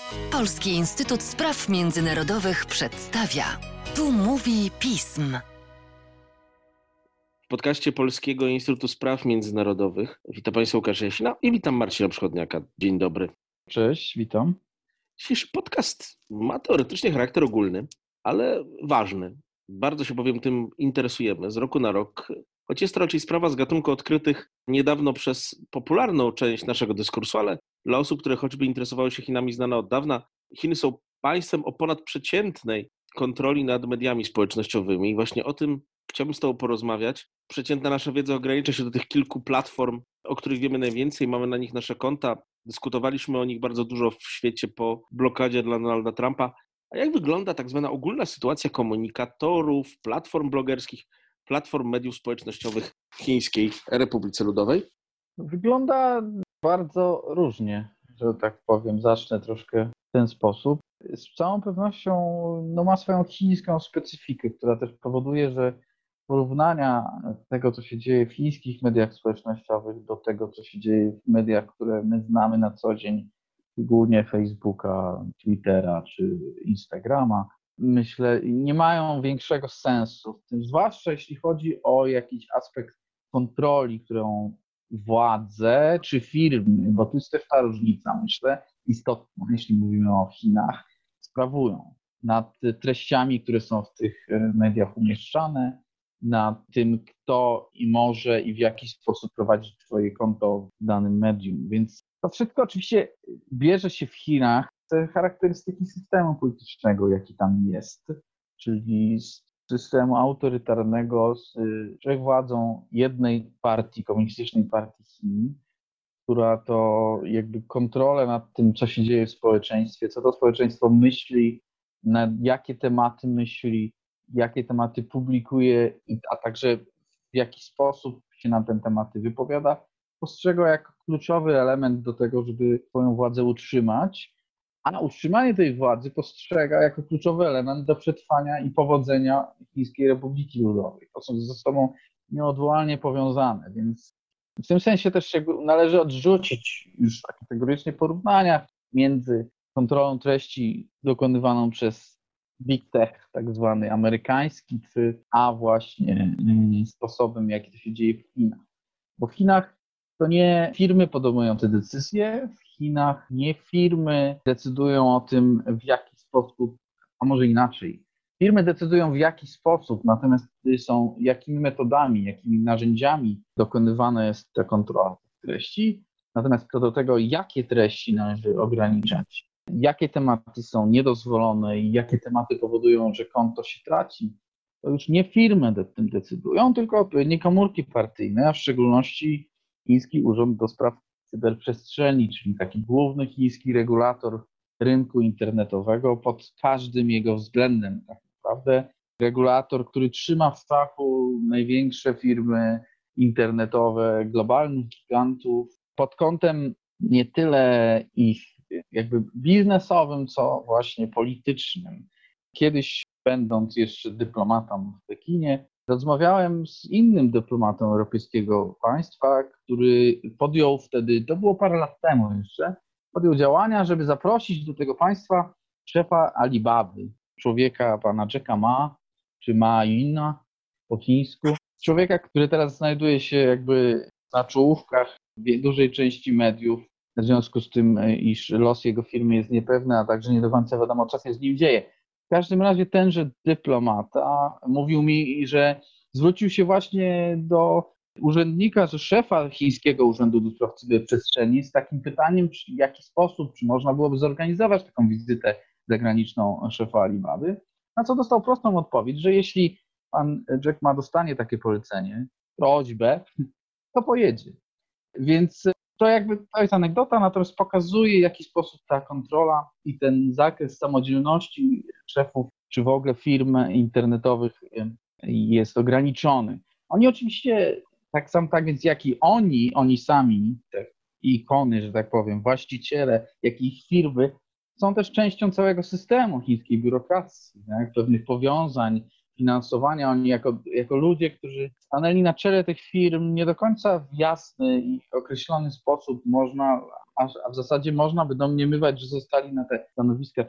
Polski Instytut Spraw Międzynarodowych przedstawia. Tu mówi pism. W podcaście Polskiego Instytutu Spraw Międzynarodowych witam Państwa Łukasz Jasina i witam Marcina Przychodniaka. Dzień dobry. Cześć, witam. Dzisiejszy podcast ma teoretycznie charakter ogólny, ale ważny. Bardzo się bowiem tym interesujemy z roku na rok, choć jest to raczej sprawa z gatunku odkrytych niedawno przez popularną część naszego dyskursu, ale dla osób, które choćby interesowały się Chinami znane od dawna, Chiny są państwem o ponadprzeciętnej kontroli nad mediami społecznościowymi i właśnie o tym chciałbym z Tobą porozmawiać. Przeciętna nasza wiedza ogranicza się do tych kilku platform, o których wiemy najwięcej, mamy na nich nasze konta, dyskutowaliśmy o nich bardzo dużo w świecie po blokadzie dla Donalda Trumpa. A jak wygląda tak zwana ogólna sytuacja komunikatorów, platform blogerskich, platform mediów społecznościowych w Chińskiej Republice Ludowej? Wygląda bardzo różnie, że tak powiem. Zacznę troszkę w ten sposób. Z całą pewnością ma swoją chińską specyfikę, która też powoduje, że porównania tego, co się dzieje w chińskich mediach społecznościowych do tego, co się dzieje w mediach, które my znamy na co dzień, szczególnie Facebooka, Twittera czy Instagrama, myślę, nie mają większego sensu w tym, zwłaszcza jeśli chodzi o jakiś aspekt kontroli, którą władze czy firmy, bo tu jest też ta różnica, myślę, istotna, jeśli mówimy o Chinach, sprawują nad treściami, które są w tych mediach umieszczane, nad tym, kto i może i w jaki sposób prowadzić swoje konto w danym medium. Więc to wszystko oczywiście bierze się w Chinach z charakterystyki systemu politycznego, jaki tam jest, czyli z systemu autorytarnego, z wszechwładzą jednej partii, Komunistycznej Partii Chin, która to jakby kontrolę nad tym, co się dzieje w społeczeństwie, co to społeczeństwo myśli, na jakie tematy myśli, jakie tematy publikuje, a także w jaki sposób się na te tematy wypowiada, postrzega jako kluczowy element do tego, żeby swoją władzę utrzymać, a utrzymanie tej władzy postrzega jako kluczowy element do przetrwania i powodzenia Chińskiej Republiki Ludowej. To są ze sobą nieodwołalnie powiązane, więc w tym sensie też należy odrzucić już kategorycznie porównania między kontrolą treści dokonywaną przez Big Tech, tak zwany amerykański, a właśnie sposobem, jaki to się dzieje w Chinach. Bo w Chinach to nie firmy podejmują te decyzje, w Chinach nie firmy decydują o tym, w jaki sposób, a może inaczej. Firmy decydują w jaki sposób, natomiast są jakimi metodami, jakimi narzędziami dokonywana jest ta kontrola treści, natomiast co do tego, jakie treści należy ograniczać, jakie tematy są niedozwolone i jakie tematy powodują, że konto się traci, to już nie firmy nad tym decydują, tylko odpowiednie komórki partyjne, a w szczególności Chiński Urząd do Spraw Cyberprzestrzeni, czyli taki główny chiński regulator rynku internetowego pod każdym jego względem. Tak naprawdę regulator, który trzyma w fachu największe firmy internetowe, globalnych gigantów pod kątem nie tyle ich jakby biznesowym, co właśnie politycznym. Kiedyś, będąc jeszcze dyplomatą w Pekinie, rozmawiałem z innym dyplomatą europejskiego państwa, który podjął wtedy, to było parę lat temu jeszcze, podjął działania, żeby zaprosić do tego państwa szefa Alibaby, człowieka pana Jacka Ma, czy Ma Yina po chińsku. Człowieka, który teraz znajduje się jakby na czołówkach dużej części mediów, w związku z tym, iż los jego firmy jest niepewny, a także nie do końca wiadomo, co się z nim dzieje. W każdym razie tenże dyplomata mówił mi, że zwrócił się właśnie do urzędnika, do szefa Chińskiego Urzędu do Spraw Cyberprzestrzeni z takim pytaniem, w jaki sposób, czy można byłoby zorganizować taką wizytę zagraniczną szefa Alibaby, na co dostał prostą odpowiedź, że jeśli pan Jack Ma dostanie takie polecenie, prośbę, to pojedzie. Więc to jest anegdota, natomiast pokazuje, w jaki sposób ta kontrola i ten zakres samodzielności szefów, czy w ogóle firm internetowych jest ograniczony. Oni oczywiście, tak więc jak i oni sami, te ikony, że tak powiem, właściciele, jak i ich firmy, są też częścią całego systemu chińskiej biurokracji, tak? Pewnych powiązań finansowania. Oni jako ludzie, którzy stanęli na czele tych firm, nie do końca w jasny i określony sposób a w zasadzie można by domniemywać, że zostali na te stanowiska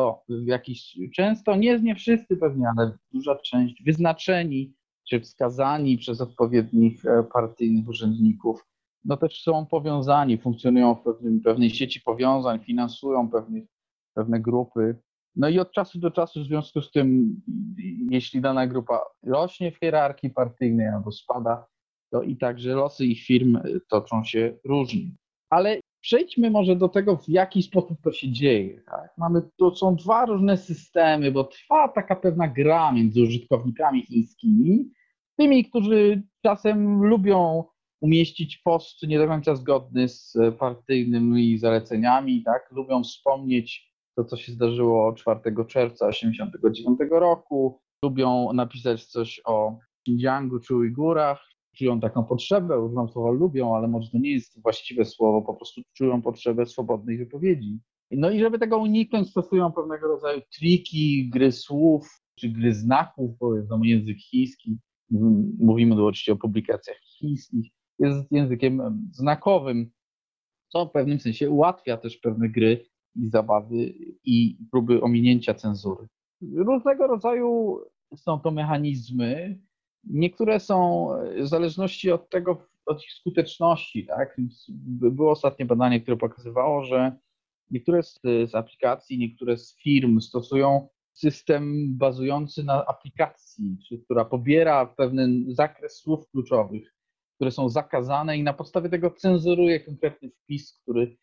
często, nie wszyscy pewnie, ale duża część wyznaczeni czy wskazani przez odpowiednich partyjnych urzędników. No też są powiązani, funkcjonują w pewnej sieci powiązań, finansują pewne grupy. No i od czasu do czasu w związku z tym, jeśli dana grupa rośnie w hierarchii partyjnej albo spada, to i także losy ich firm toczą się różnie. Ale przejdźmy może do tego, w jaki sposób to się dzieje. Tak? To są dwa różne systemy, bo trwa taka pewna gra między użytkownikami chińskimi, tymi, którzy czasem lubią umieścić post nie do końca zgodny z partyjnymi zaleceniami, tak? Lubią wspomnieć to, co się zdarzyło 4 czerwca 1989 roku, lubią napisać coś o Xinjiangu czy Ujgurach, czują taką potrzebę, używam słowa lubią, ale może to nie jest właściwe słowo, po prostu czują potrzebę swobodnej wypowiedzi. No i żeby tego uniknąć, stosują pewnego rodzaju triki, gry słów czy gry znaków, bo wiadomo, język chiński, mówimy tu oczywiście o publikacjach chińskich, jest językiem znakowym, co w pewnym sensie ułatwia też pewne gry i zabawy i próby ominięcia cenzury. Różnego rodzaju są to mechanizmy. Niektóre są w zależności od ich skuteczności. Tak? Było ostatnie badanie, które pokazywało, że niektóre z aplikacji, niektóre z firm stosują system bazujący na aplikacji, która pobiera pewien zakres słów kluczowych, które są zakazane i na podstawie tego cenzuruje konkretny wpis, który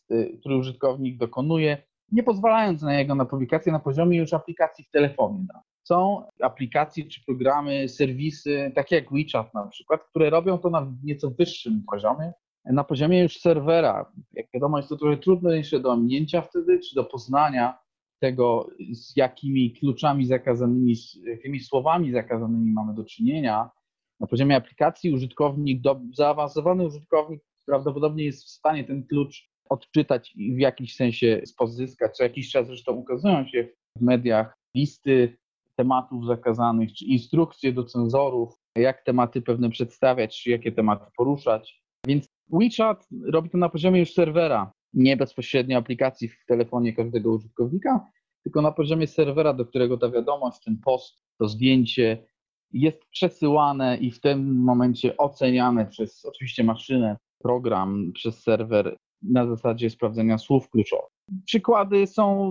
użytkownik dokonuje, nie pozwalając na publikację na poziomie już aplikacji w telefonie. Są aplikacje czy programy, serwisy, takie jak WeChat na przykład, które robią to na nieco wyższym poziomie, na poziomie już serwera. Jak wiadomo, jest to trochę trudniejsze do ominięcia wtedy, czy do poznania tego, z jakimi kluczami zakazanymi, z jakimi słowami zakazanymi mamy do czynienia. Na poziomie aplikacji zaawansowany użytkownik prawdopodobnie jest w stanie ten klucz odczytać i w jakiś sensie pozyskać. Co jakiś czas zresztą ukazują się w mediach listy tematów zakazanych, czy instrukcje do cenzorów, jak tematy pewne przedstawiać, czy jakie tematy poruszać. Więc WeChat robi to na poziomie już serwera, nie bezpośrednio aplikacji w telefonie każdego użytkownika, tylko na poziomie serwera, do którego ta wiadomość, ten post, to zdjęcie jest przesyłane i w tym momencie oceniane przez oczywiście maszynę, program, przez serwer na zasadzie sprawdzenia słów kluczowych. Przykłady są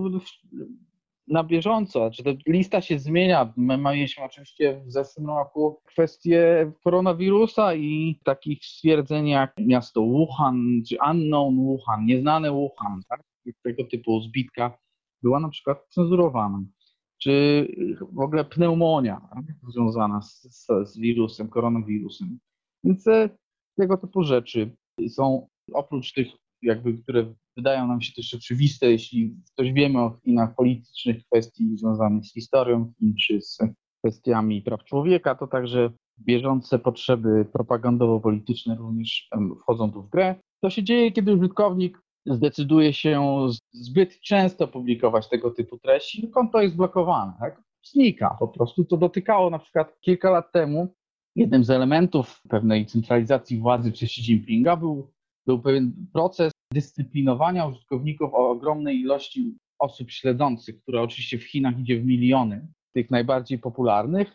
na bieżąco, lista się zmienia. My mieliśmy oczywiście w zeszłym roku kwestię koronawirusa i takich stwierdzeń jak miasto Wuhan, czy unknown Wuhan, nieznane Wuhan, tak? Tego typu zbitka była na przykład cenzurowana. Czy w ogóle pneumonia, tak? Związana z wirusem, koronawirusem. Więc tego typu rzeczy są oprócz tych, które wydają nam się też oczywiste, jeśli coś wiemy o Chinach, politycznych kwestii związanych z historią Chin czy z kwestiami praw człowieka, to także bieżące potrzeby propagandowo-polityczne również wchodzą tu w grę. To się dzieje, kiedy użytkownik zdecyduje się zbyt często publikować tego typu treści, konto jest blokowane, tak? Znika po prostu. To dotykało na przykład kilka lat temu. Jednym z elementów pewnej centralizacji władzy przez Xi Jinpinga był pewien proces dyscyplinowania użytkowników o ogromnej ilości osób śledzących, która oczywiście w Chinach idzie w miliony, tych najbardziej popularnych,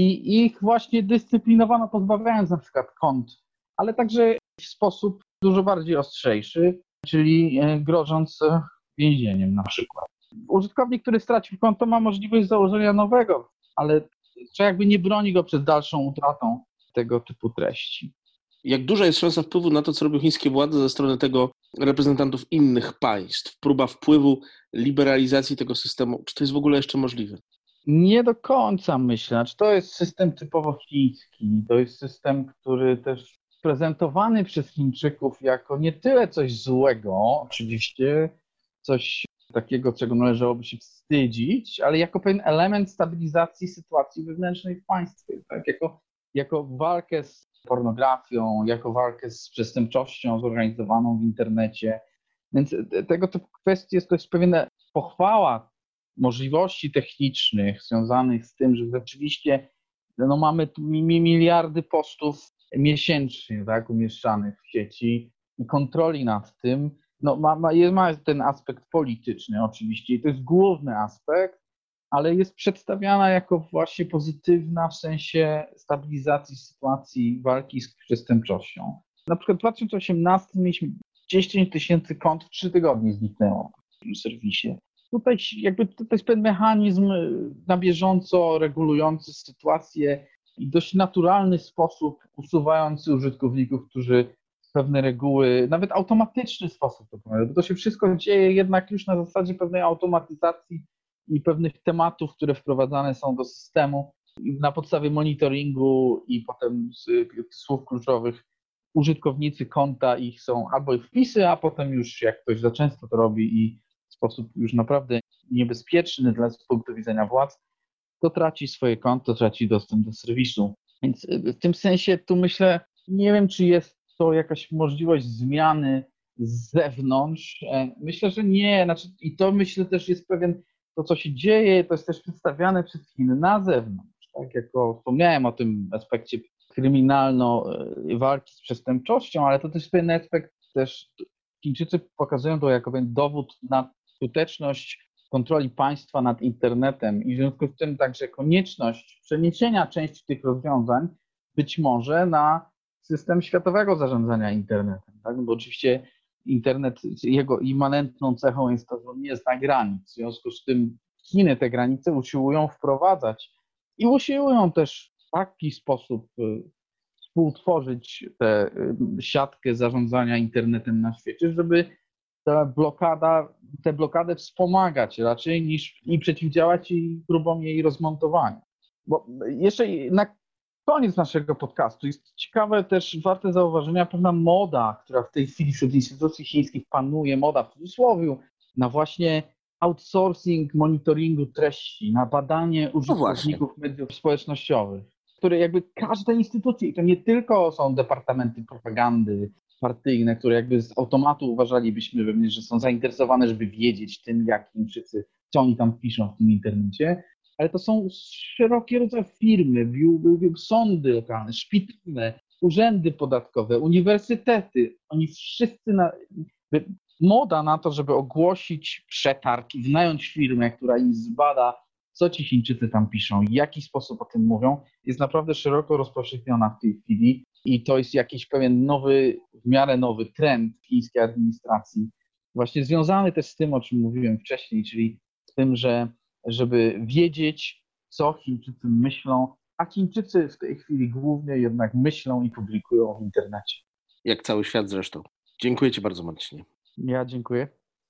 i ich właśnie dyscyplinowano, pozbawiając na przykład kont, ale także w sposób dużo bardziej ostrzejszy, czyli grożąc więzieniem na przykład. Użytkownik, który stracił konto, ma możliwość założenia nowego, ale to nie broni go przed dalszą utratą tego typu treści. Jak duża jest szansa wpływu na to, co robią chińskie władze ze strony tego reprezentantów innych państw? Próba wpływu, liberalizacji tego systemu, czy to jest w ogóle jeszcze możliwe? Nie do końca myślę. To jest system typowo chiński. To jest system, który też prezentowany przez Chińczyków jako nie tyle coś złego, oczywiście, coś takiego, czego należałoby się wstydzić, ale jako pewien element stabilizacji sytuacji wewnętrznej w państwie. Tak? Jako walkę z pornografią, jako walkę z przestępczością zorganizowaną w internecie. Więc tego typu kwestie to jest pewna pochwała możliwości technicznych związanych z tym, że rzeczywiście mamy tu miliardy postów miesięcznie, tak, umieszczanych w sieci i kontroli nad tym, ma ten aspekt polityczny oczywiście i to jest główny aspekt, ale jest przedstawiana jako właśnie pozytywna w sensie stabilizacji sytuacji walki z przestępczością. Na przykład w 2018 mieliśmy 10 000 kont w 3 tygodnie zniknęło w tym serwisie. Tutaj to jest pewien mechanizm na bieżąco regulujący sytuację i dość naturalny sposób usuwający użytkowników, którzy pewne reguły, nawet automatyczny sposób, bo to się wszystko dzieje jednak już na zasadzie pewnej automatyzacji i pewnych tematów, które wprowadzane są do systemu na podstawie monitoringu i potem słów kluczowych użytkownicy konta ich są albo ich wpisy, a potem już jak ktoś za często to robi i w sposób już naprawdę niebezpieczny z punktu widzenia władz, to traci swoje konto, traci dostęp do serwisu. Więc w tym sensie tu myślę, nie wiem, czy jest to jakaś możliwość zmiany z zewnątrz. Myślę, że nie. I to myślę też jest pewien, to co się dzieje, to jest też przedstawiane przez Chiny na zewnątrz. Tak, jako wspomniałem o tym aspekcie walki z przestępczością, ale to też jest pewien aspekt, też Chińczycy pokazują to jako pewien dowód na skuteczność kontroli państwa nad internetem i w związku z tym także konieczność przeniesienia części tych rozwiązań być może na system światowego zarządzania internetem. Tak? Bo oczywiście internet, jego immanentną cechą jest to, że on nie zna granic. W związku z tym Chiny te granice usiłują wprowadzać i usiłują też w taki sposób współtworzyć tę siatkę zarządzania internetem na świecie, żeby tę blokadę wspomagać raczej niż i przeciwdziałać jej próbom jej rozmontowania. Bo jeszcze na koniec naszego podcastu jest ciekawe też, warte zauważenia, pewna moda, która w tej chwili wśród instytucji chińskich panuje, moda w cudzysłowie, na właśnie outsourcing monitoringu treści, na badanie użytkowników mediów społecznościowych, które jakby każda instytucja, i to nie tylko są departamenty propagandy partyjne, które jakby z automatu uważalibyśmy pewnie, że są zainteresowane, żeby wiedzieć tym, jak Chińczycy, co oni tam piszą w tym internecie, ale to są szerokie rodzaje firmy, sądy lokalne, szpitale, urzędy podatkowe, uniwersytety. Oni wszyscy, moda na to, żeby ogłosić przetarg i wynająć firmę, która im zbada, co ci Chińczycy tam piszą, w jaki sposób o tym mówią, jest naprawdę szeroko rozpowszechniona w tej chwili i to jest jakiś pewien w miarę nowy trend w chińskiej administracji, właśnie związany też z tym, o czym mówiłem wcześniej, czyli z tym, żeby wiedzieć, co Chińczycy myślą, a Chińczycy w tej chwili głównie jednak myślą i publikują w internecie. Jak cały świat zresztą. Dziękuję Ci bardzo, Marcinie. Ja dziękuję.